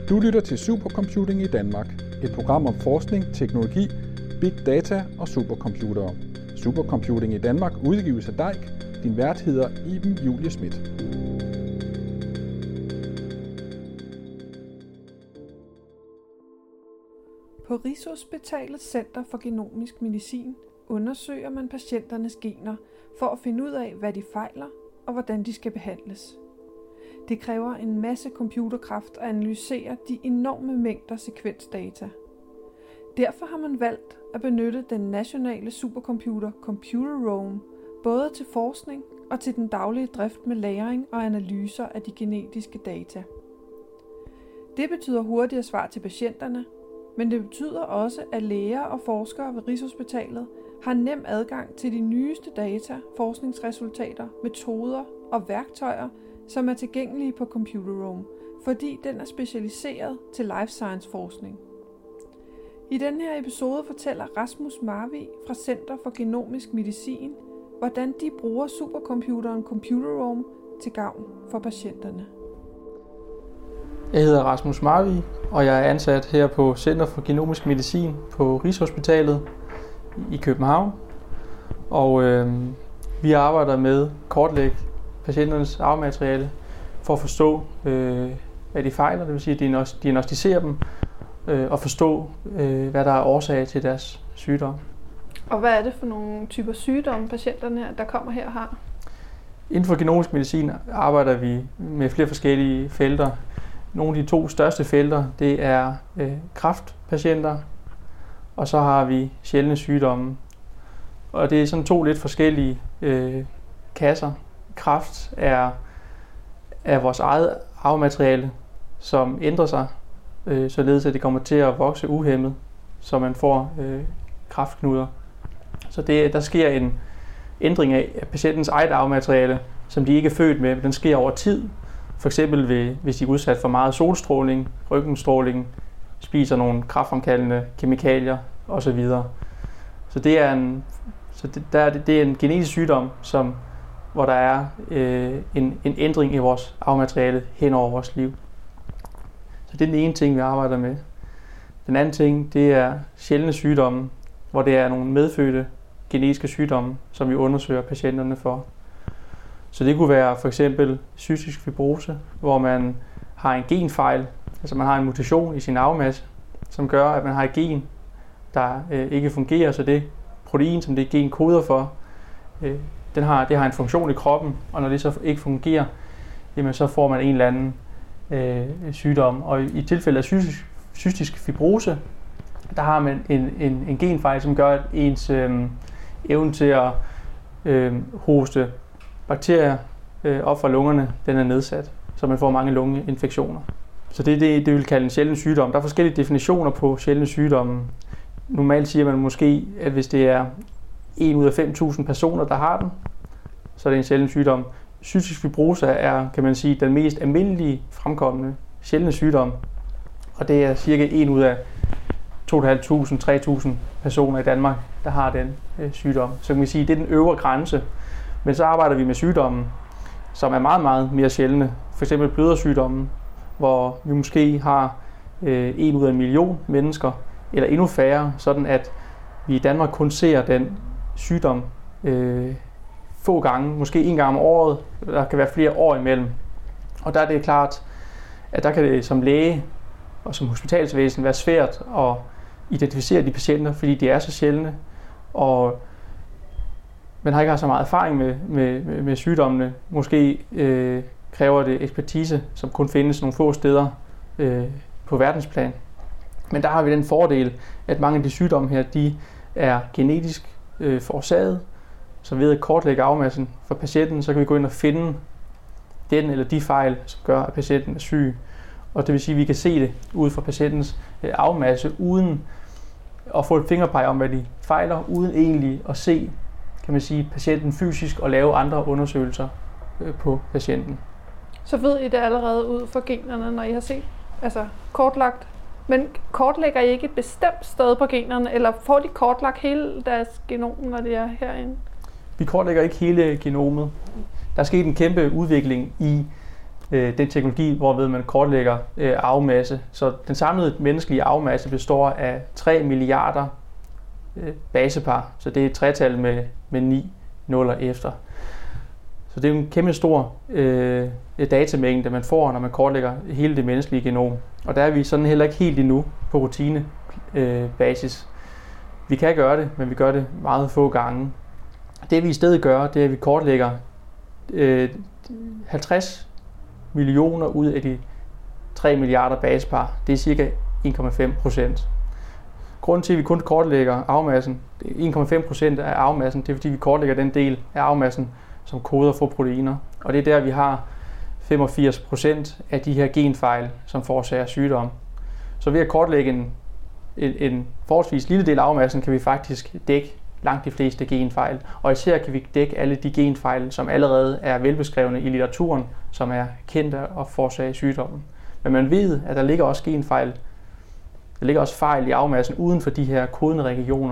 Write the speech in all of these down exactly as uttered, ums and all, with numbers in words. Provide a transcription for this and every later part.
Du lytter til Supercomputing i Danmark, et program om forskning, teknologi, big data og supercomputere. Supercomputing i Danmark udgives af D E I C. Din vært hedder Iben Julie Schmidt. På Rigshospitalets Center for Genomisk Medicin undersøger man patienternes gener for at finde ud af, hvad de fejler og hvordan de skal behandles. Det kræver en masse computerkraft at analysere de enorme mængder sekvensdata. Derfor har man valgt at benytte den nationale supercomputer Computer Rome både til forskning og til den daglige drift med lagring og analyser af de genetiske data. Det betyder hurtigere svar til patienterne, men det betyder også, at læger og forskere ved Rigshospitalet har nem adgang til de nyeste data, forskningsresultater, metoder og værktøjer, som er tilgængelige på Computer Rome, fordi den er specialiseret til life science forskning. I denne her episode fortæller Rasmus Marvig fra Center for Genomisk Medicin, hvordan de bruger supercomputeren Computer Rome til gavn for patienterne. Jeg hedder Rasmus Marvig, og jeg er ansat her på Center for Genomisk Medicin på Rigshospitalet i København. Og øh, vi arbejder med at kortlægge patienternes arvemateriale for at forstå, øh, hvad de fejler, det vil sige at diagnostisere dem øh, og forstå, øh, hvad der er årsag til deres sygdom. Og hvad er det for nogle typer sygdomme, patienterne, der kommer her og har? Inden for genomisk medicin arbejder vi med flere forskellige felter. Nogle af de to største felter, det er øh, kræftpatienter, og så har vi sjældne sygdomme. Og det er sådan to lidt forskellige øh, kasser. Kræft er, er vores eget arvemateriale, som ændrer sig, øh, således at det kommer til at vokse uhæmmet, så man får øh, kræftknuder. Så det, der sker en ændring af patientens eget arvemateriale, som de ikke er født med, men den sker over tid. For eksempel ved, hvis de er udsat for meget solstråling, røntgenstråling, spiser nogle kræftfremkaldende kemikalier osv. Så det er en, så det, der, det er en genetisk sygdom, som, hvor der er øh, en, en ændring i vores arvemateriale hen over vores liv. Så det er den ene ting, vi arbejder med. Den anden ting, det er sjældne sygdomme, hvor det er nogle medfødte genetiske sygdomme, som vi undersøger patienterne for. Så det kunne være for eksempel cystisk fibrose, hvor man har en genfejl, altså man har en mutation i sin arvemasse, som gør, at man har et gen, der øh, ikke fungerer, så det protein, som det gen koder for, øh, den har, det har en funktion i kroppen, og når det så ikke fungerer, jamen så får man en eller anden øh, sygdom. Og i, i tilfælde af cystisk, cystisk fibrose, der har man en, en, en genfejl, som gør, at ens øh, evne til at øh, hoste bakterier øh, op fra lungerne, den er nedsat, så man får mange lungeinfektioner. Så det er det, det vil kalde en sjælden sygdom. Der er forskellige definitioner på sjældne sygdomme. Normalt siger man måske, at hvis det er en ud af fem tusind personer, der har den, så er det en sjælden sygdom. Cystisk fibrose er, kan man sige, den mest almindelige fremkommende sjældne sygdom, og det er cirka en ud af to tusind fem hundrede til tre tusind personer i Danmark, der har den øh, sygdom. Så kan man sige, at det er den øvre grænse. Men så arbejder vi med sygdomme, som er meget, meget mere sjældne. For eksempel blødersygdommen, hvor vi måske har øh, en ud af en million mennesker, eller endnu færre, sådan at vi i Danmark kun ser den sygdom øh, få gange, måske en gang om året. Der kan være flere år imellem. Og der er det klart, at der kan det som læge og som hospitalsvæsen være svært at identificere de patienter, fordi de er så sjældne, og man har ikke haft så meget erfaring med, med, med, med sygdommene. Måske øh, kræver det ekspertise, som kun findes nogle få steder øh, på verdensplan. Men der har vi den fordel, at mange af de sygdomme her, de er genetisk øh, forårsaget. Så ved at kortlægge arvemassen for patienten, så kan vi gå ind og finde den eller de fejl, som gør, at patienten er syg. Og det vil sige, at vi kan se det ud fra patientens øh, arvemasse, uden at få et fingerpeg om, hvad de fejler, uden egentlig at se, kan man sige, patienten fysisk og lave andre undersøgelser øh, på patienten. Så ved I det allerede ud fra generne, når I har set, altså kortlagt, men kortlægger I ikke et bestemt sted på generne, eller får de kortlagt hele deres genom, når det er herinde? Vi kortlægger ikke hele genomet. Der er sket en kæmpe udvikling i øh, den teknologi, hvorved man kortlægger øh, arvemasse. Så den samlede menneskelige arvemasse består af tre milliarder øh, basepar, så det er et tretal med, med ni nuller efter. Så det er en kæmpe stor øh, datamængde, man får, når man kortlægger hele det menneskelige genom. Og der er vi sådan heller ikke helt endnu på rutinebasis. Øh, vi kan gøre det, men vi gør det meget få gange. Det vi i stedet gør, det er, at vi kortlægger øh, halvtreds millioner ud af de tre milliarder basepar. Det er cirka en komma fem procent. Grunden til, at vi kun kortlægger arvemassen, en komma fem procent af arvemassen, det er, fordi vi kortlægger den del af arvemassen, som koder for proteiner. Og det er der, vi har femogfirs procent af de her genfejl, som forårsager sygdom. Så ved at kortlægge en, en, en forholdsvis lille del af arvemassen, kan vi faktisk dække langt de fleste genfejl. Og især kan vi dække alle de genfejl, som allerede er velbeskrevne i litteraturen, som er kendte og forårsager sygdommen. Men man ved, at der ligger også genfejl, der ligger også fejl i arvemassen uden for de her kodende regioner.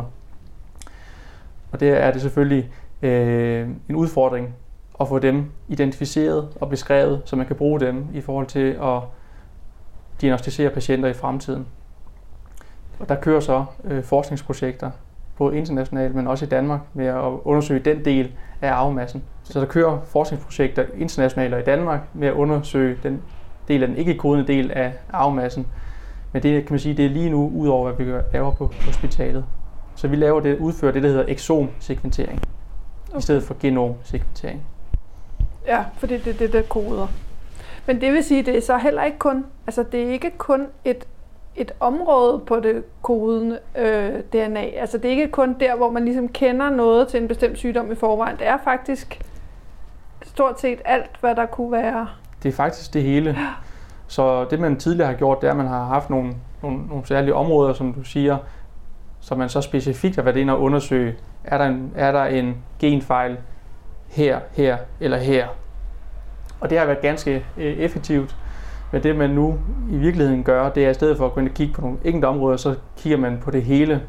Og der er det selvfølgelig øh, en udfordring at få dem identificeret og beskrevet, så man kan bruge dem i forhold til at diagnostisere patienter i fremtiden. Og der kører så øh, forskningsprojekter, både internationalt, men også i Danmark, med at undersøge den del af arvemassen. Så der kører forskningsprojekter internationalt og i Danmark med at undersøge den del af den ikke-kodende del af arvemassen. Men det kan man sige, det er lige nu ud over, hvad vi laver på hospitalet. Så vi laver det, udfører det, der hedder exom-sekventering, okay, i stedet for genom-sekventering. Ja, for det er det, det, der koder. Men det vil sige, det er så heller ikke kun, altså det er ikke kun et, et område på det kodende øh, D N A. Altså det er ikke kun der, hvor man ligesom kender noget til en bestemt sygdom i forvejen. Det er faktisk stort set alt, hvad der kunne være. Det er faktisk det hele. Ja. Så det, man tidligere har gjort, det er, at man har haft nogle, nogle, nogle særlige områder, som du siger, så man så specifikt har været inde og undersøge, er der en, er der en genfejl her, her eller her. Og det har været ganske øh, effektivt. Men det, man nu i virkeligheden gør, det er i stedet for at gå ind og kigge på nogle enkelte områder, så kigger man på det hele.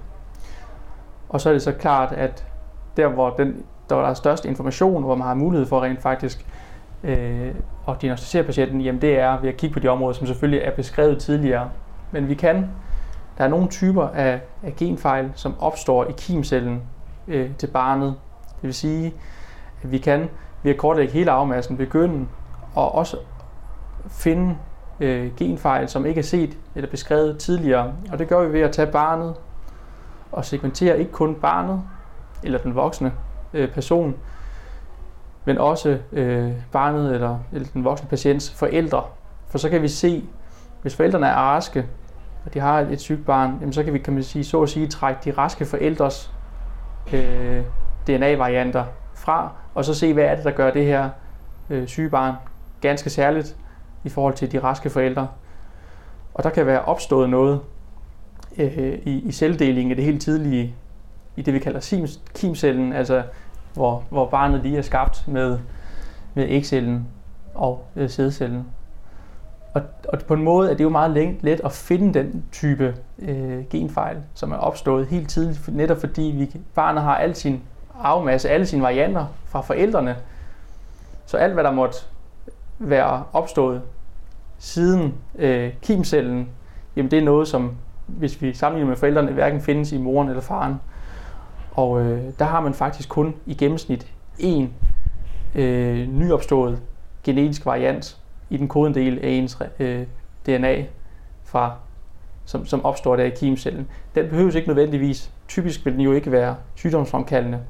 Og så er det så klart, at der, hvor den, der er størst information, hvor man har mulighed for rent faktisk øh, at diagnostisere patienten, jamen det er ved at kigge på de områder, som selvfølgelig er beskrevet tidligere. Men vi kan, der er nogle typer af, af genfejl, som opstår i kimcellen øh, til barnet. Det vil sige, at vi kan ved at kortlægge hele arvemassen begynde og også finde øh, genfejl, som ikke er set eller beskrevet tidligere. Og det gør vi ved at tage barnet og segmentere ikke kun barnet eller den voksne øh, person, men også øh, barnet eller, eller den voksne patients forældre. For så kan vi se, hvis forældrene er raske, og de har et sygt barn, jamen så kan vi, kan man sige, så at sige, trække de raske forældres øh, D N A-varianter fra, og så se, hvad er det, der gør det her øh, syge barn ganske særligt i forhold til de raske forældre. Og der kan være opstået noget øh, i, i celledelingen i det helt tidlige, i det vi kalder kimcellen, altså hvor, hvor barnet lige er skabt med, med ægcellen og øh, sædcellen. Og, og på en måde er det jo meget let at finde den type øh, genfejl, som er opstået helt tidligt, netop fordi vi, barnet har al sin arvemasse, alle sine varianter fra forældrene. Så alt, hvad der måtte være opstået siden øh, kimcellen, jamen det er noget, som hvis vi sammenligner med forældrene, hverken findes i moren eller faren. Og øh, der har man faktisk kun i gennemsnit én øh, nyopstået genetisk variant i den kodende del af ens øh, D N A, fra, som, som opstår der i kimcellen. Den behøves ikke nødvendigvis. Typisk vil den jo ikke være sygdomsfremkaldende.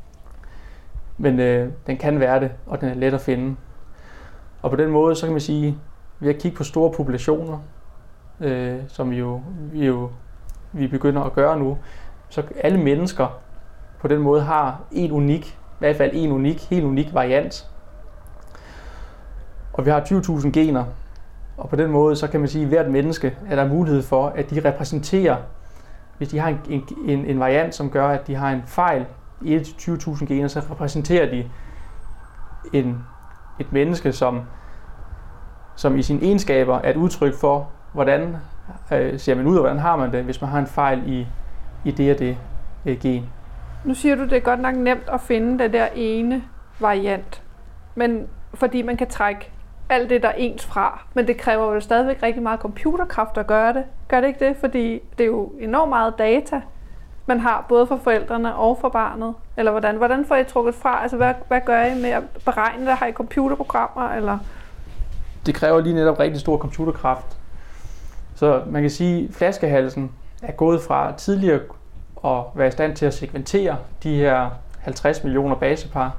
Men øh, den kan være det, og den er let at finde. Og på den måde, så kan man sige, ved at kigge på store populationer, øh, som vi jo, vi jo vi begynder at gøre nu, så alle mennesker på den måde har en unik, i hvert fald en unik, helt unik variant. Og vi har tyve tusind gener, og på den måde, så kan man sige, at hvert menneske er der mulighed for, at de repræsenterer, hvis de har en, en, en variant, som gør, at de har en fejl i et af de tyve tusind gener, så repræsenterer de en, et menneske, som, som i sine egenskaber er et udtryk for, hvordan øh, ser man ud, og hvordan har man det, hvis man har en fejl i, i det og det øh, gen. Nu siger du, det er godt nok nemt at finde den der ene variant, men fordi man kan trække alt det, der er ens fra. Men det kræver vel stadigvæk rigtig meget computerkraft at gøre det. Gør det ikke det? Fordi det er jo enormt meget data, man har både for forældrene og for barnet. Eller hvordan? Hvordan får I trukket fra? Altså, hvad, hvad gør I med at beregne det? Har I computerprogrammer? Eller? Det kræver lige netop rigtig stor computerkraft. Så man kan sige, at flaskehalsen er gået fra tidligere at være i stand til at segmentere de her halvtreds millioner basepar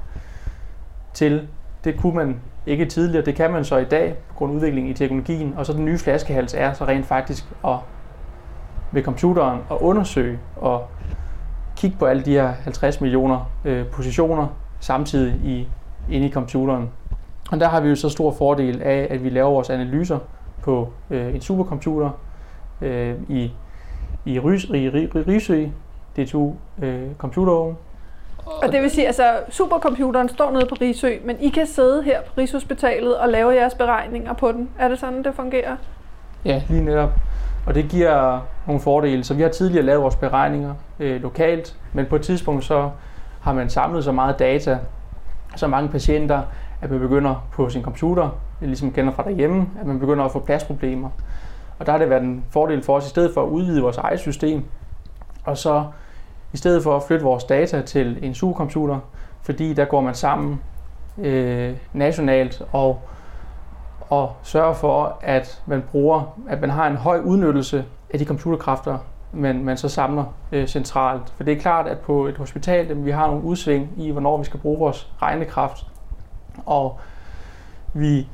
til, det kunne man ikke tidligere, det kan man så i dag på grund af udviklingen i teknologien, og så den nye flaskehals er så rent faktisk at ved computeren at undersøge og kigge på alle de her halvtreds millioner øh, positioner samtidig i, inde i computeren. Og der har vi jo så stor fordel af, at vi laver vores analyser på øh, en supercomputer øh, i, i Risø, D to øh, Computerhome. Og det vil sige, at altså, supercomputeren står nede på Risø, men I kan sidde her på Rigshospitalet og lave jeres beregninger på den. Er det sådan, det fungerer? Ja, lige netop. Og det giver nogle fordele. Så vi har tidligere lavet vores beregninger øh, lokalt, men på et tidspunkt så har man samlet så meget data, så mange patienter, at man begynder på sin computer, det ligesom kender fra derhjemme, at man begynder at få pladsproblemer. Og der har det været en fordel for os, i stedet for at udvide vores eget system, og så i stedet for at flytte vores data til en supercomputer, fordi der går man sammen øh, nationalt og, og sørger for, at man bruger, at man har en høj udnyttelse af de computerkræfter, man, man så samler øh, centralt. For det er klart, at på et hospital, at vi har nogle udsving i, hvornår vi skal bruge vores regnekraft, og vi,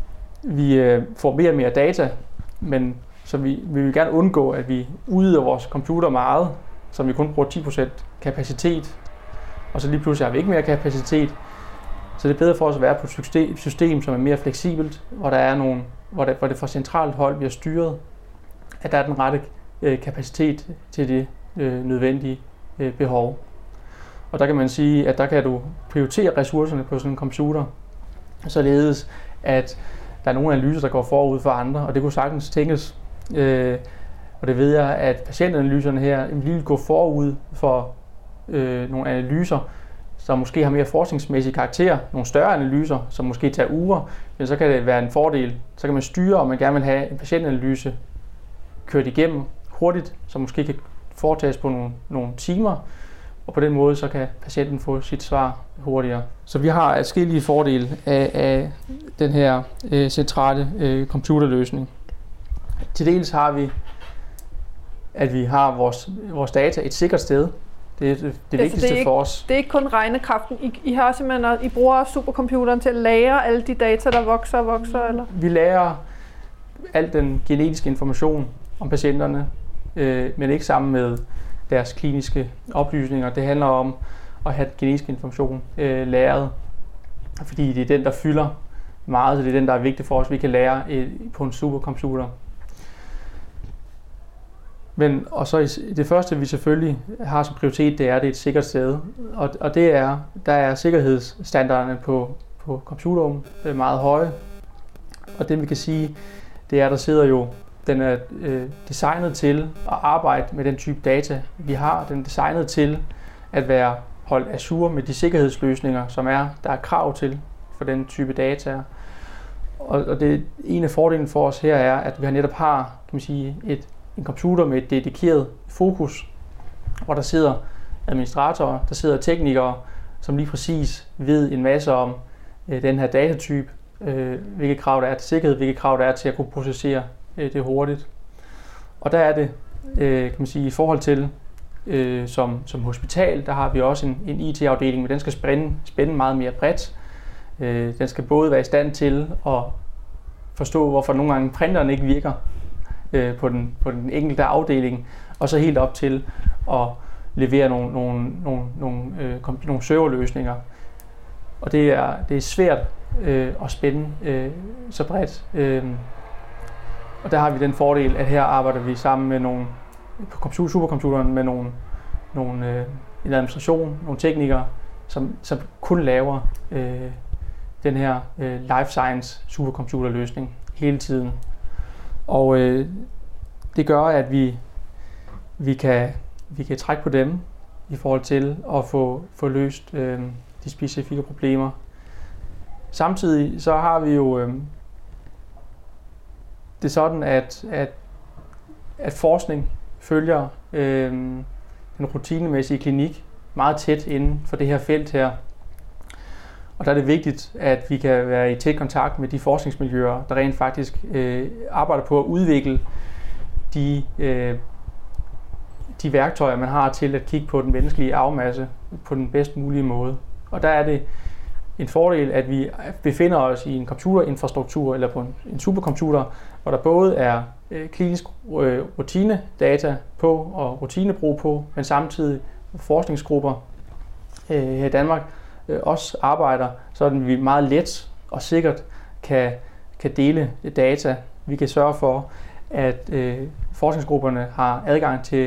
vi øh, får mere og mere data, men så vi, vi vil gerne undgå, at vi udvider vores computer meget, så vi kun bruger ti procent kapacitet, og så lige pludselig har vi ikke mere kapacitet. Så det er bedre for os at være på et system, som er mere fleksibelt, hvor der er nogle, hvor det, hvor det fra centralt hold bliver styret, at der er den rette øh, kapacitet til det øh, nødvendige øh, behov. Og der kan man sige, at der kan du prioritere ressourcerne på sådan en computer, således at der er nogle analyser, der går forud for andre, og det kunne sagtens tænkes. Øh, og det ved jeg, at patientanalyserne her lige vil gå forud for øh, nogle analyser, som måske har mere forskningsmæssig karakter, nogle større analyser, som måske tager uger, men så kan det være en fordel. Så kan man styre, om man gerne vil have en patientanalyse kørt igennem hurtigt, som måske kan foretages på nogle, nogle timer, og på den måde så kan patienten få sit svar hurtigere. Så vi har adskillige fordele af, af den her øh, centrale øh, computerløsning. Til dels har vi, at vi har vores, vores data et sikkert sted. Det er det, det altså vigtigste det er ikke, for os. Det er ikke kun regnekraften. I, I har simpelthen, I bruger supercomputeren til at lagre alle de data, der vokser og vokser, eller? Vi lagrer al den genetiske information om patienterne, øh, men ikke sammen med deres kliniske oplysninger. Det handler om at have genetisk information øh, lagret, fordi det er den, der fylder meget, så det er den, der er vigtig for os, vi kan lære øh, på en supercomputer. Men og så det første, vi selvfølgelig har som prioritet, det er, at det er et sikkert sted. Og, og det er, der er sikkerhedsstandarderne på, på computeren meget høje. Og det vi kan sige, det er, der sidder jo, den er øh, designet til at arbejde med den type data, vi har. Den er designet til at være holdt ajour med de sikkerhedsløsninger, som er, der er krav til for den type data. Og, og det en af fordelen for os her er, at vi netop har, kan man sige, et en computer med et dedikeret fokus, hvor der sidder administratorer, der sidder teknikere, som lige præcis ved en masse om øh, den her datatype, øh, hvilke krav der er til sikkerhed, hvilke krav der er til at kunne processere øh, det hurtigt. Og der er det, øh, kan man sige, i forhold til øh, som, som hospital, der har vi også en, en I T-afdeling, men den skal spænde, spænde meget mere bredt. Øh, den skal både være i stand til at forstå, hvorfor nogle gange printeren ikke virker, På den, på den enkelte afdeling, og så helt op til at levere nogle, nogle, nogle, nogle, øh, nogle serverløsninger. Og det er, det er svært øh, at spænde øh, så bredt. Øh, og der har vi den fordel, at her arbejder vi sammen med nogle, på computer, supercomputeren med nogle, nogle øh, en administration, nogle teknikere, som, som kun laver øh, den her øh, life science supercomputerløsning hele tiden. Og øh, det gør, at vi, vi, kan, vi kan trække på dem i forhold til at få, få løst øh, de specifikke problemer. Samtidig så har vi jo øh, det er sådan, at, at, at forskning følger øh, den rutinemæssige klinik meget tæt inden for det her felt her. Og der er det vigtigt, at vi kan være i tæt kontakt med de forskningsmiljøer, der rent faktisk øh, arbejder på at udvikle de, øh, de værktøjer, man har til at kigge på den menneskelige arvemasse på den bedst mulige måde. Og der er det en fordel, at vi befinder os i en computerinfrastruktur eller på en, en supercomputer, hvor der både er øh, klinisk øh, rutinedata på og rutinebrug på, men samtidig forskningsgrupper øh, her i Danmark øh, også arbejder, så at vi meget let og sikkert kan, kan dele data. Vi kan sørge for, at øh, forskningsgrupperne har adgang til,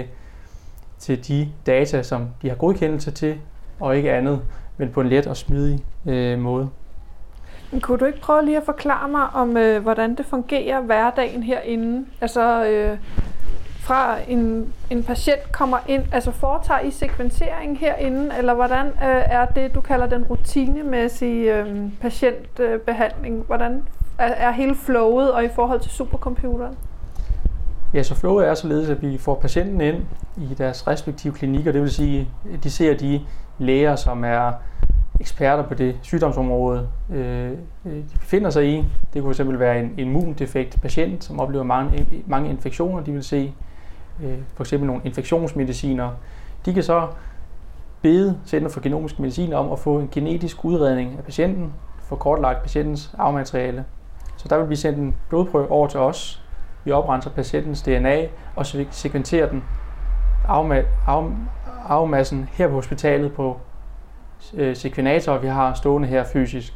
til de data, som de har godkendelse til, og ikke andet, men på en let og smidig øh, måde. Men kunne du ikke prøve lige at forklare mig om, øh, hvordan det fungerer hverdagen herinde? Altså øh, fra en, en patient kommer ind, altså foretager I sekvensering herinde, eller hvordan øh, er det, du kalder den rutinemæssige øh, patientbehandling? Hvordan er, er hele flowet og i forhold til supercomputeren? Ja, så flowet er således, at vi får patienten ind i deres respektive klinikker, det vil sige, at de ser de læger, som er eksperter på det sygdomsområde, øh, de befinder sig i. Det kunne fx være en immundefekt patient, som oplever mange, mange infektioner, de vil se øh, for eksempel nogle infektionsmediciner. De kan så bede Center for Genomisk Medicin om at få en genetisk udredning af patienten, få kortlagt patientens arvemateriale. Så der vil blive sendt en blodprøve over til os. Vi oprenser patientens D N A og sekventerer den arvma- arv- arvemassen her på hospitalet på øh, sekvenatorer, vi har stående her fysisk.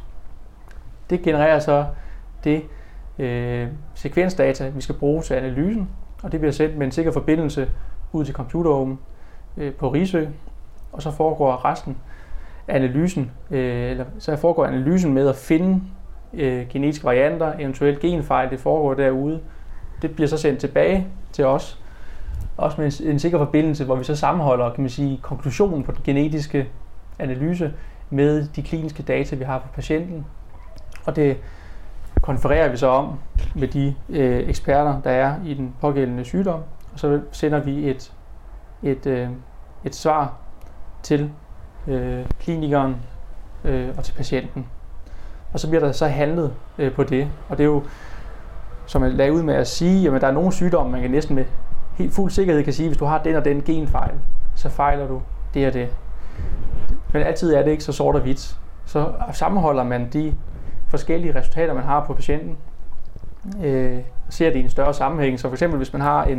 Det genererer så det øh, sekvensdata, vi skal bruge til analysen, og det bliver sendt med en sikker forbindelse ud til computerhome øh, på Risø, og så foregår resten af analysen, øh, eller så foregår analysen med at finde øh, genetiske varianter, eventuelt genfejl, det foregår derude. Det bliver så sendt tilbage til os, også med en, en sikker forbindelse, hvor vi så sammenholder, kan man sige, konklusionen på den genetiske analyse med de kliniske data, vi har på patienten. Og det konfererer vi så om med de øh, eksperter, der er i den pågældende sygdom, og så sender vi et, et, øh, et svar til øh, klinikeren øh, og til patienten. Og så bliver der så handlet øh, på det, og det er jo, som jeg lagde ud med at sige, at der er nogle sygdomme, man kan næsten med helt fuld sikkerhed kan sige, hvis du har den og den genfejl, så fejler du det og det. Men altid er det ikke så sort og hvidt. Så sammenholder man de forskellige resultater, man har på patienten, øh, og ser det i en større sammenhæng. Så for eksempel, hvis man har en,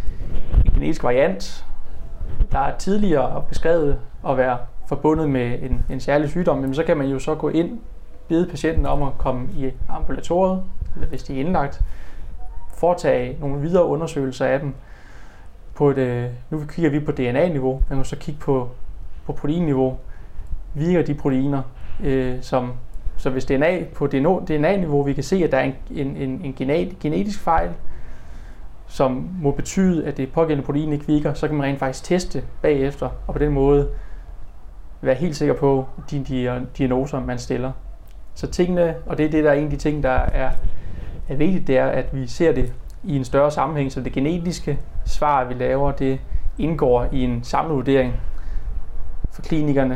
en genetisk variant, der er tidligere beskrevet at være forbundet med en, en særlig sygdom, så kan man jo så gå ind, bede patienten om at komme i ambulatoriet, eller hvis de er indlagt, foretage nogle videre undersøgelser af dem. På et, nu kigger vi på D N A-niveau, man kan så kigge på, på proteinniveau. Virker de proteiner, øh, som, så hvis D N A på D N A-niveau, vi kan se, at der er en, en, en, en genetisk fejl, som må betyde, at det pågældende protein ikke virker, så kan man rent faktisk teste bagefter, og på den måde være helt sikker på de, de diagnoser, man stiller. Så tingene, og det er det, der er en af de ting, der er, er vigtigt, det er, at vi ser det i en større sammenhæng, så det genetiske svar, vi laver, det indgår i en samlet vurdering for klinikerne.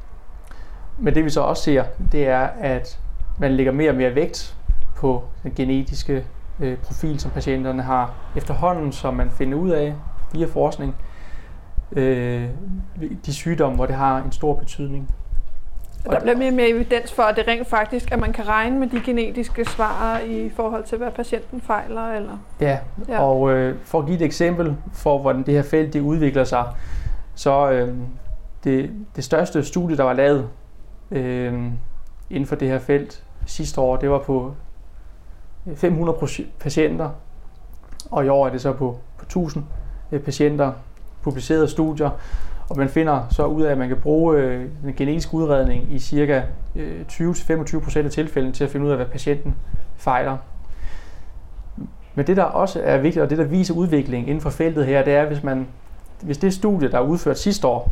Men det vi så også ser, det er, at man lægger mere og mere vægt på den genetiske øh, profil, som patienterne har efterhånden, som man finder ud af via forskning, øh, de sygdomme, hvor det har en stor betydning. Og der bliver mere og mere evidens for, at det rent faktisk, at man kan regne med de genetiske svar i forhold til, hvad patienten fejler, eller? Ja, ja. Og øh, for at give et eksempel for, hvordan det her felt det udvikler sig, så øh, det, det største studie, der var lavet øh, inden for det her felt sidste år, det var på fem hundrede patienter, og i år er det så på, på tusind patienter, publicerede studier, og man finder så ud af, at man kan bruge øh, den genetiske udredning i cirka øh, tyve til femogtyve procent af tilfældene til at finde ud af, hvad patienten fejler. Men det, der også er vigtigt, og det, der viser udviklingen inden for feltet her, det er, hvis man, hvis det studie, der er udført sidste år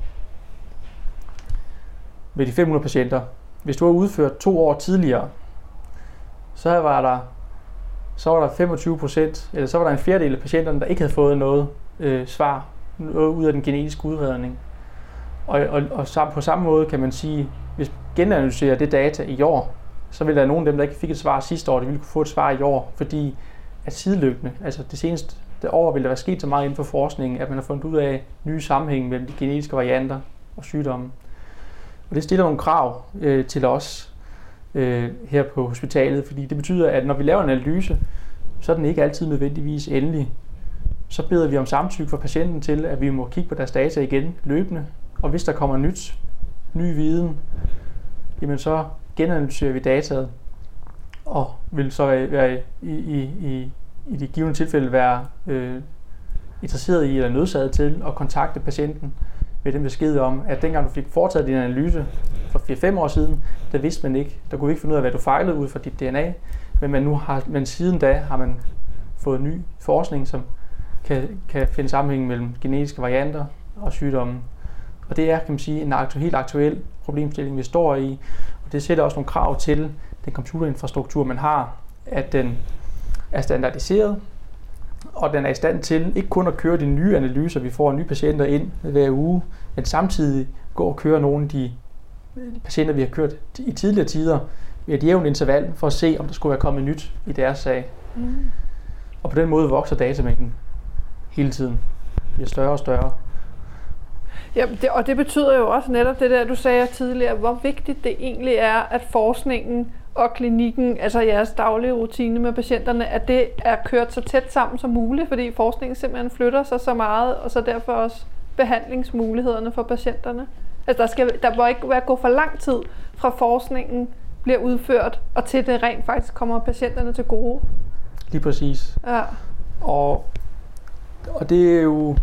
med de fem hundrede patienter, hvis du har udført to år tidligere, så var der så var der femogtyve procent, eller så var der en fjerdedel af patienterne, der ikke havde fået noget øh, svar noget ud af den genetiske udredning. Og, og, og sam, på samme måde kan man sige, hvis man genanalyserer det data i år, så vil der nogle af dem, der ikke fik et svar sidste år, de ville kunne få et svar i år, fordi at sideløbende, altså det seneste det år, vil der være sket så meget inden for forskningen, at man har fundet ud af nye sammenhænge mellem de genetiske varianter og sygdomme. Og det stiller nogle krav øh, til os øh, her på hospitalet, fordi det betyder, at når vi laver en analyse, så er den ikke altid nødvendigvis endelig. Så beder vi om samtykke for patienten til, at vi må kigge på deres data igen løbende, og hvis der kommer nyt, ny viden, jamen så genanalyserer vi dataet, og vil så være i, i, i, i de givne tilfælde være øh, interesseret i eller nødsaget til at kontakte patienten med den besked om, at dengang du fik foretaget din analyse for fire til fem år siden, der vidste man ikke, der kunne vi ikke finde ud af, hvad du fejlede ud fra dit D N A, men, man nu har, men siden da har man fået ny forskning, som kan, kan finde sammenhæng mellem genetiske varianter og sygdomme. Og det er, kan man sige, en aktu- helt aktuel problemstilling, vi står i, og det sætter også nogle krav til den computerinfrastruktur, man har, at den er standardiseret, og den er i stand til ikke kun at køre de nye analyser, vi får nye patienter ind hver uge, men samtidig gå og køre nogle af de patienter, vi har kørt i tidligere tider, ved et jævnt interval, for at se, om der skulle være kommet nyt i deres sag. Mm. Og på den måde vokser datamængden hele tiden. Det bliver større og større. Ja, det, og det betyder jo også netop det der, du sagde tidligere, hvor vigtigt det egentlig er, at forskningen og klinikken, altså jeres daglige rutine med patienterne, at det er kørt så tæt sammen som muligt, fordi forskningen simpelthen flytter sig så meget, og så derfor også behandlingsmulighederne for patienterne. Altså der, skal, der må ikke være gå for lang tid fra forskningen bliver udført, og til det rent faktisk kommer patienterne til gode. Lige præcis. Ja. Og, og det er jo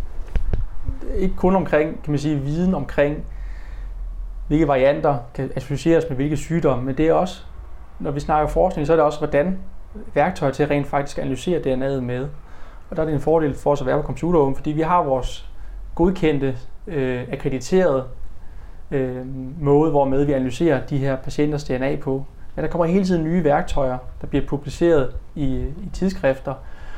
ikke kun omkring, kan man sige, viden omkring, hvilke varianter kan associeres med hvilke sygdomme, men det er også, når vi snakker forskning, så er det også, hvordan værktøjer til rent faktisk analysere D N A'et med. Og der er det en fordel for os at være på computerrum, fordi vi har vores godkendte, øh, akkrediterede øh, måde, hvormed vi analyserer de her patienters D N A på. Men der kommer hele tiden nye værktøjer, der bliver publiceret i, i tidsskrifter.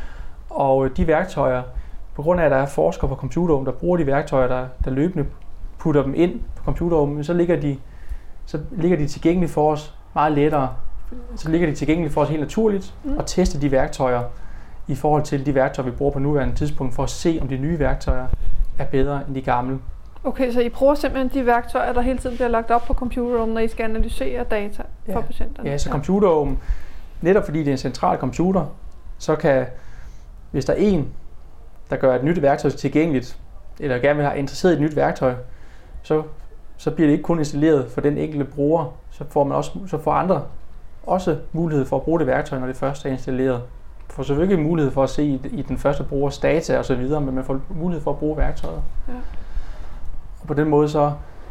Og de værktøjer, på grund af, at der er forskere på computerrum, der bruger de værktøjer, der, der løbende putter dem ind på computerrummet, så ligger de, så ligger de tilgængelige for os meget lettere. Så ligger de tilgængelige for os helt naturligt mm. at teste de værktøjer i forhold til de værktøjer, vi bruger på nuværende tidspunkt, for at se, om de nye værktøjer er bedre end de gamle. Okay, så I bruger simpelthen de værktøjer, der hele tiden bliver lagt op på computerrum, når I skal analysere data ja. for patienterne? Ja, så computerrum, netop fordi det er en central computer, så kan, hvis der er en, der gør et nyt værktøj tilgængeligt, eller gerne vil have interesseret i et nyt værktøj, så, så bliver det ikke kun installeret for den enkelte bruger, så får man også, så får andre også mulighed for at bruge det værktøj, når det først er installeret. Man får selvfølgelig ikke mulighed for at se i, i den første brugers data og så videre, men man får mulighed for at bruge værktøjet. Ja. Og på den måde så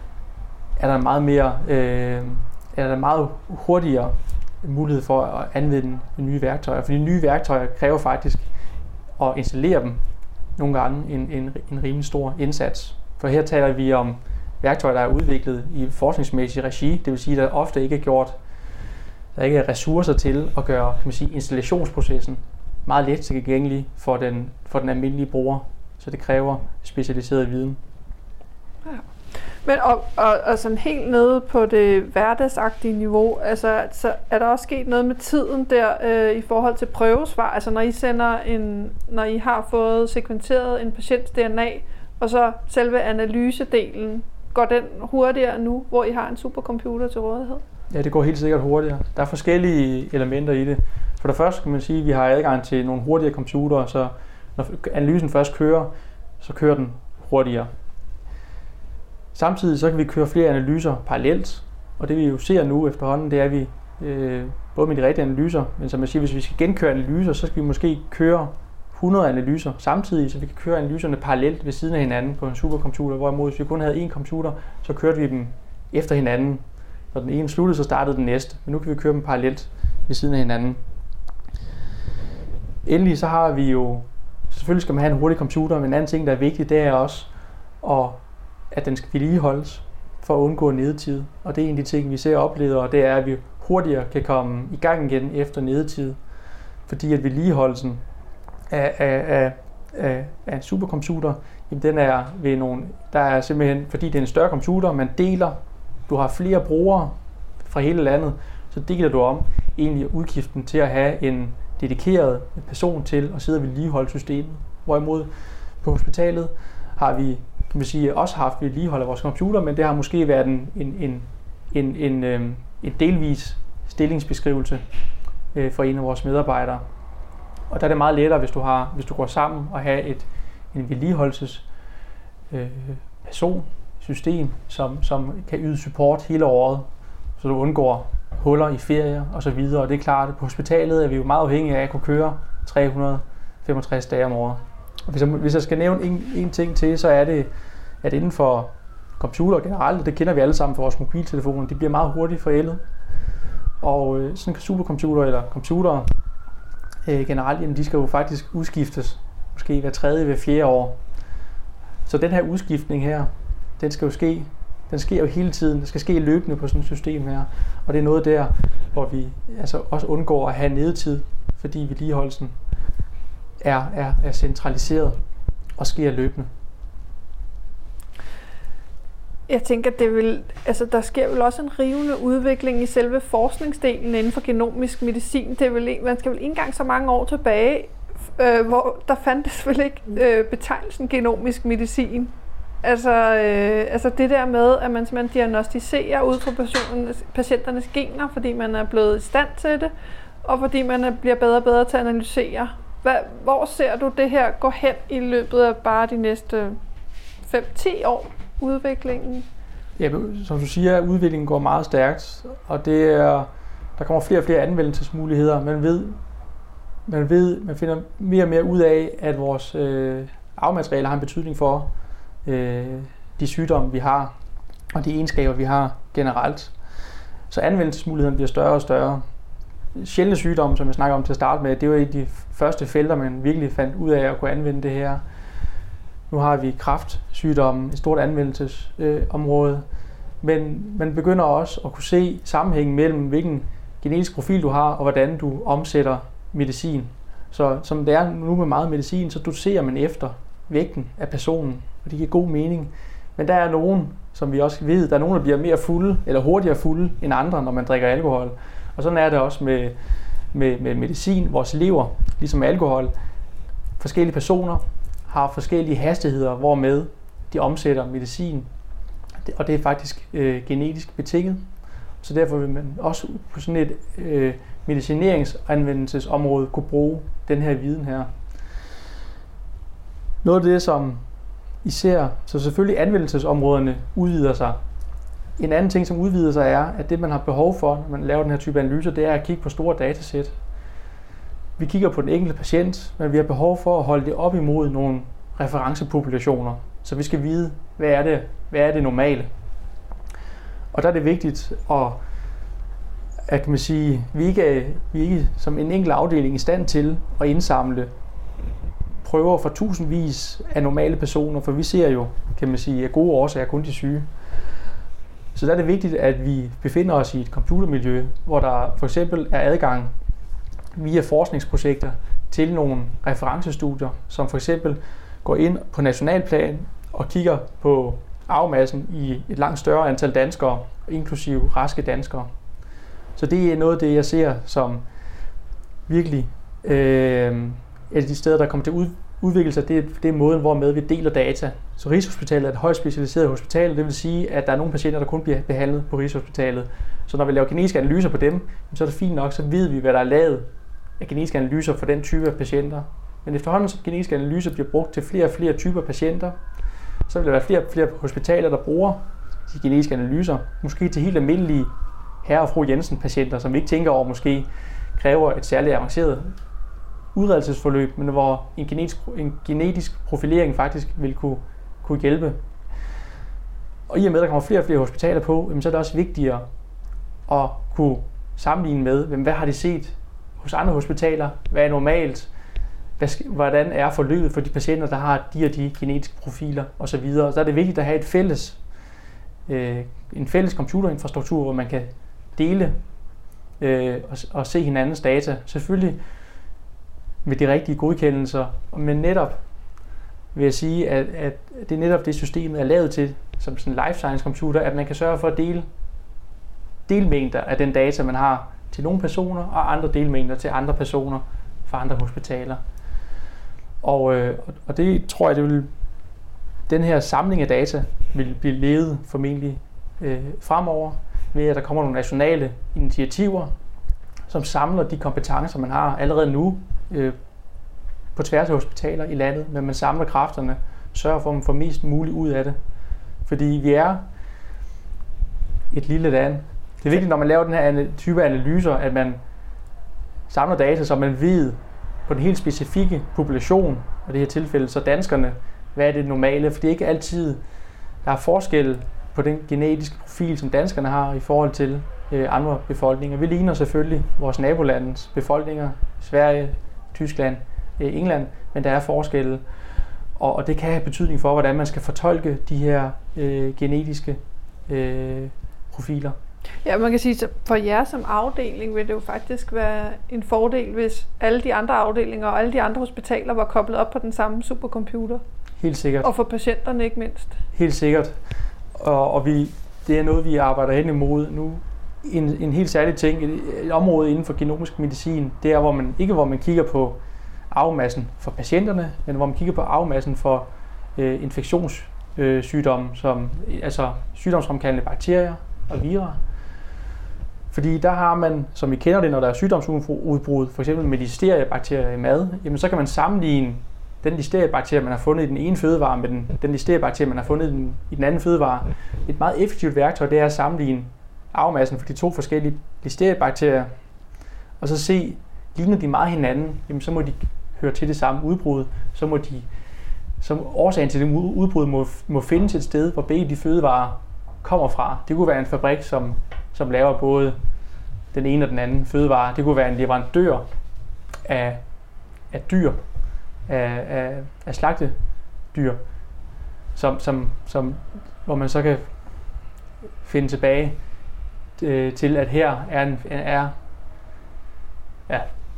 er der meget mere, øh, er der meget hurtigere mulighed for at anvende nye værktøjer, fordi nye værktøjer kræver faktisk at installere dem nogle gange en, en, en rimelig stor indsats. For her taler vi om værktøjer, der er udviklet i forskningsmæssig regi, det vil sige, at der ofte ikke er gjort, der ikke er ressourcer til at gøre, kan man sige, installationsprocessen meget let tilgængelig for den, for den almindelige bruger. Så det kræver specialiseret viden. Ja. Men og, og, og sådan helt nede på det hverdagsagtige niveau, altså så er der også sket noget med tiden der øh, i forhold til prøvesvar, altså når I sender en, når I har fået sekventeret en patients D N A, og så selve analysedelen, går den hurtigere nu, hvor I har en supercomputer til rådighed? Ja, det går helt sikkert hurtigere. Der er forskellige elementer i det. For det første kan man sige, at vi har adgang til nogle hurtigere computere, så når analysen først kører, så kører den hurtigere. Samtidig så kan vi køre flere analyser parallelt, og det vi jo ser nu efterhånden, det er, at vi øh, både med de rigtige analyser, men som jeg siger, hvis vi skal genkøre analyser, så skal vi måske køre hundrede analyser samtidig, så vi kan køre analyserne parallelt ved siden af hinanden på en supercomputer, hvorimod hvis vi kun havde én computer, så kørte vi dem efter hinanden. Når den ene sluttede, så startede den næste, men nu kan vi køre dem parallelt ved siden af hinanden. Endelig så har vi jo, selvfølgelig skal man have en hurtig computer, men en anden ting, der er vigtigt, det er også, at, at den skal vedligeholdes for at undgå nedetid. Og det er en af de ting, vi ser og oplever, og det er, at vi hurtigere kan komme i gang igen efter nedetid. fordi at vedligeholdelsen af, af, af, af, af en supercomputer, jamen den er ved nogle, der er simpelthen, fordi det er en større computer, man deler, du har flere brugere fra hele landet, så deler du om egentlig udgiften til at have en dedikeret person til at sidde og vedligeholde systemet. Hvorimod på hospitalet har vi, kan man sige, også haft vedligehold af vores computer, men det har måske været en, en, en, en, en, en, en delvis stillingsbeskrivelse øh, for en af vores medarbejdere. Og der er det meget lettere, hvis du, har, hvis du går sammen og har et, en vedligeholdelses øh, person, system, som, som kan yde support hele året, så du undgår huller i ferier og så videre. Og det er klart, at på hospitalet er vi jo meget afhængige af at kunne køre tre hundrede og femogtres dage om året. Og hvis jeg, hvis jeg skal nævne en, en ting til, så er det, at inden for computer generelt, det kender vi alle sammen fra vores mobiltelefoner, de bliver meget hurtigt forældet. Og øh, sådan en supercomputer eller computere øh, generelt, jamen, de skal jo faktisk udskiftes, måske hver tredje, hver fjerde år. Så den her udskiftning her, den skal jo ske, den sker jo hele tiden, det skal ske løbende på sådan et system her. Og det er noget der, hvor vi altså også undgår at have nedetid, fordi vedligeholdelsen er, er, er centraliseret og sker løbende. Jeg tænker, at det vil, altså, der sker vel også en rivende udvikling i selve forskningsdelen inden for genomisk medicin. Det er vel, man skal vel ikke engang så mange år tilbage, øh, hvor der fandtes vel ikke øh, betegnelsen genomisk medicin. Altså, øh, altså det der med, at man simpelthen diagnostiserer ud fra patienternes gener, fordi man er blevet i stand til det, og fordi man er, bliver bedre og bedre til at analysere. Hvad, hvor ser du det her gå hen i løbet af bare de næste fem til ti år, udviklingen? Ja, som du siger, udviklingen går meget stærkt, og det er, der kommer flere og flere anvendelsesmuligheder. Man ved, man ved, man finder mere og mere ud af, at vores øh, arvemateriale har en betydning for øh, de sygdomme, vi har, og de egenskaber, vi har generelt. Så anvendelsesmulighederne bliver større og større. Sjældne sygdomme, som jeg snakker om til at starte med, det var et af de første felter, man virkelig fandt ud af at kunne anvende det her. Nu har vi kræftsygdomme, et stort anvendelsesområde, øh, men man begynder også at kunne se sammenhængen mellem, hvilken genetisk profil du har, og hvordan du omsætter medicin. Så som det er nu med meget medicin, så doserer man efter vægten af personen, og det giver god mening. Men der er nogen, som vi også ved, der er nogen, der bliver mere fulde, eller hurtigere fulde end andre, når man drikker alkohol. Og sådan er det også med, med, med medicin, vores lever, ligesom med alkohol. Forskellige personer har forskellige hastigheder, hvormed de omsætter medicin, og det er faktisk øh, genetisk betinget. Så derfor vil man også på sådan et øh, medicineringsanvendelsesområde kunne bruge den her viden her. Noget af det, som især, så selvfølgelig anvendelsesområderne udvider sig. En anden ting, som udvider sig, er, at det, man har behov for, når man laver den her type analyser, det er at kigge på store datasæt. Vi kigger på den enkelte patient, men vi har behov for at holde det op imod nogle referencepopulationer. Så vi skal vide, hvad er det, hvad er det normale. Og der er det vigtigt, at, at kan man sige, vi ikke er, vi er ikke som en enkelt afdeling i stand til at indsamle prøver for tusindvis af normale personer, for vi ser jo, kan man sige, af gode årsager kun de syge. Så der er det vigtigt, at vi befinder os i et computermiljø, hvor der for eksempel er adgang via forskningsprojekter til nogle referencestudier, som for eksempel går ind på nationalplan og kigger på arvemassen i et langt større antal danskere, inklusive raske danskere. Så det er noget af det, jeg ser som virkelig øh, et af de steder, der kommer til at udvikle sig, det er, det er måden, hvormed vi deler data. Så Rigshospitalet er et højt specialiseret hospital, det vil sige, at der er nogle patienter, der kun bliver behandlet på Rigshospitalet. Så når vi laver genetiske analyser på dem, så er det fint nok, så ved vi, hvad der er lavet af genetiske analyser for den type af patienter. Men efterhånden, som genetiske analyser bliver brugt til flere og flere typer patienter, så vil der være flere og flere hospitaler, der bruger de genetiske analyser, måske til helt almindelige herre- og fru Jensen-patienter, som ikke tænker over, måske kræver et særligt avanceret udredelsesforløb, men hvor en genetisk, en genetisk profilering faktisk vil kunne, kunne hjælpe. Og i og med, at der kommer flere og flere hospitaler på, så er det også vigtigere at kunne sammenligne med, hvad har de set hos andre hospitaler, hvad er normalt, hvordan er forløbet for de patienter, der har de og de genetiske profiler osv. Så er det vigtigt at have et fælles, øh, en fælles computerinfrastruktur, hvor man kan dele øh, og, og se hinandens data. Selvfølgelig med de rigtige godkendelser, men netop vil jeg sige, at, at det er netop det, systemet er lavet til, som sådan en life science computer, at man kan sørge for at dele delmængder af den data, man har til nogle personer, og andre delmængder til andre personer fra andre hospitaler. Og, øh, og det tror jeg, det vil, den her samling af data vil blive ledet formentlig øh, fremover, ved at der kommer nogle nationale initiativer, som samler de kompetencer, man har allerede nu øh, på tværs af hospitaler i landet, men man samler kræfterne, sørger for, at man får mest muligt ud af det. Fordi vi er et lille land. Det er vigtigt, når man laver den her type analyser, at man samler data, så man ved på den helt specifikke population, og det her tilfælde så danskerne, hvad er det normale, for det er ikke altid, der er forskel på den genetiske profil, som danskerne har i forhold til øh, andre befolkninger. Vi ligner selvfølgelig vores nabolandets befolkninger, Sverige, Tyskland, øh, England, men der er forskelle, og, og det kan have betydning for, hvordan man skal fortolke de her øh, genetiske øh, profiler. Ja, man kan sige, at for jer som afdeling vil det jo faktisk være en fordel, hvis alle de andre afdelinger og alle de andre hospitaler var koblet op på den samme supercomputer. Helt sikkert. Og for patienterne ikke mindst. Helt sikkert. Og, og vi, det er noget, vi arbejder hen imod nu. En, en helt særlig ting, et, et område inden for genomisk medicin, det er, hvor man ikke hvor man kigger på arvemassen for patienterne, men hvor man kigger på arvemassen for øh, infektionssygdomme, øh, som altså sygdomsfremkaldende bakterier og virer. Fordi der har man, som vi kender det, når der er sygdomsudbrud, for eksempel med listeriebakterier i mad, jamen så kan man sammenligne den listeriebakterie, man har fundet i den ene fødevare, med den, den listeriebakterie, man har fundet i den, i den anden fødevare. Et meget effektivt værktøj, det er at sammenligne arvemassen for de to forskellige listeriebakterier, og så se, ligner de meget hinanden, jamen så må de høre til det samme udbrud, så må de, som årsagen til det udbrud må, må findes et sted, hvor begge de fødevarer kommer fra. Det kunne være en fabrik, som, som laver både den ene og den anden fødevare. Det kunne være en leverandør af, af dyr, af, af, af slagtedyr, som, som, som, hvor man så kan finde tilbage øh, til, at her er, en, er ja.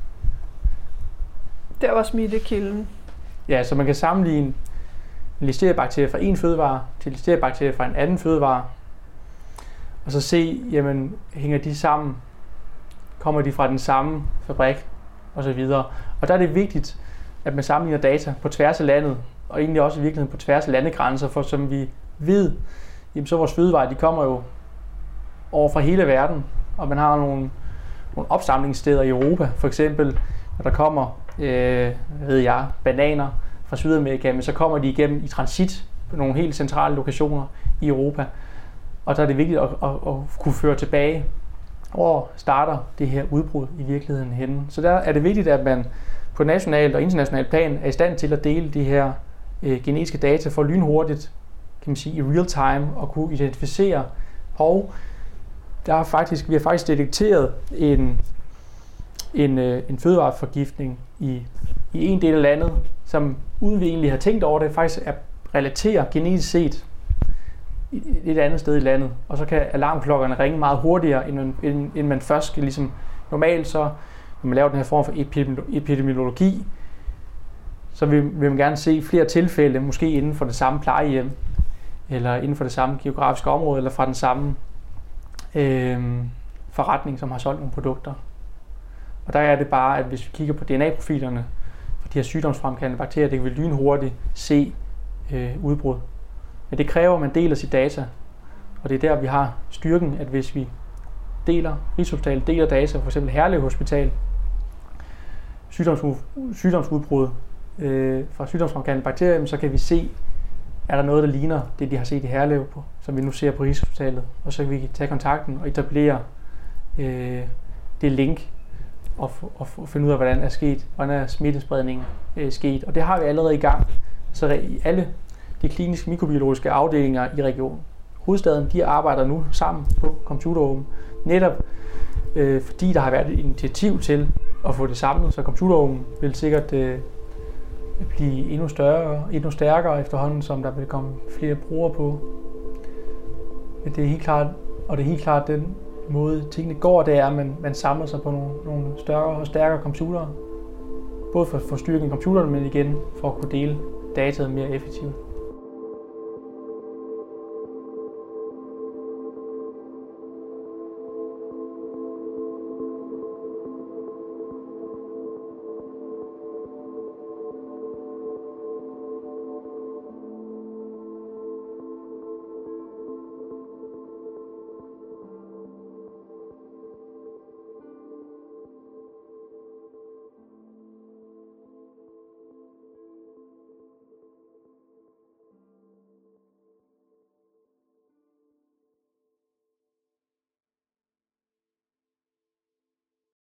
Der var smittekilden. Ja, så man kan sammenligne en listeriebakterie fra en fødevare til listeriebakterie fra en anden fødevare, og så se, jamen, hænger de sammen, kommer de fra den samme fabrik, og så videre. Og der er det vigtigt, at man sammenligner data på tværs af landet, og egentlig også i virkeligheden på tværs af landegrænser, for som vi ved, jamen, så vores fødevarer, de kommer jo over fra hele verden, og man har nogle, nogle opsamlingssteder i Europa, for eksempel, når der kommer, øh, ved jeg, bananer fra Sydamerika, men så kommer de igennem i transit på nogle helt centrale lokationer i Europa. Og der er det vigtigt at, at, at kunne føre tilbage, hvor starter det her udbrud i virkeligheden henne. Så der er det vigtigt, at man på nationalt og internationalt plan er i stand til at dele de her øh, genetiske data for lynhurtigt, kan man sige, i real time, og kunne identificere. Og der er faktisk, vi har faktisk detekteret en, en, øh, en fødevareforgiftning i, i en del af landet, som uden vi egentlig har tænkt over det, faktisk er relaterer genetisk set et andet sted i landet, og så kan alarmklokkerne ringe meget hurtigere, end man, end, end man først skal ligesom normalt, så når man laver den her form for epidemiologi, så vil, vil man gerne se flere tilfælde, måske inden for det samme plejehjem, eller inden for det samme geografiske område, eller fra den samme øh, forretning, som har solgt nogle produkter. Og der er det bare, at hvis vi kigger på D N A-profilerne for de her sygdomsfremkaldende bakterier, det kan vi lynhurtigt se øh, udbrud. Men det kræver, at man deler sit data, og det er der, vi har styrken, at hvis vi deler, Rigshospitalet deler data, for eksempel Herlev Hospital, sygdomsudbrud øh, fra sygdomsfremkaldende bakterier, så kan vi se, er der noget, der ligner det, de har set i Herlev, på, som vi nu ser på Rigshospitalet, og så kan vi tage kontakten og etablere øh, det link, og, og, og finde ud af, hvordan er sket, hvordan er smittespredningen øh, sket, og det har vi allerede i gang. Så i alle de kliniske mikrobiologiske afdelinger i Region Hovedstaden, de arbejder nu sammen på Computerhome, netop øh, fordi der har været et initiativ til at få det samlet, så Computerhome vil sikkert øh, blive endnu større, endnu stærkere efterhånden, som der vil komme flere brugere på. Men det er helt klart, og det er helt klart den måde tingene går, det er, at man, man samler sig på nogle, nogle større og stærkere computere både for at få styrken i computeren, men igen for at kunne dele dataet mere effektivt.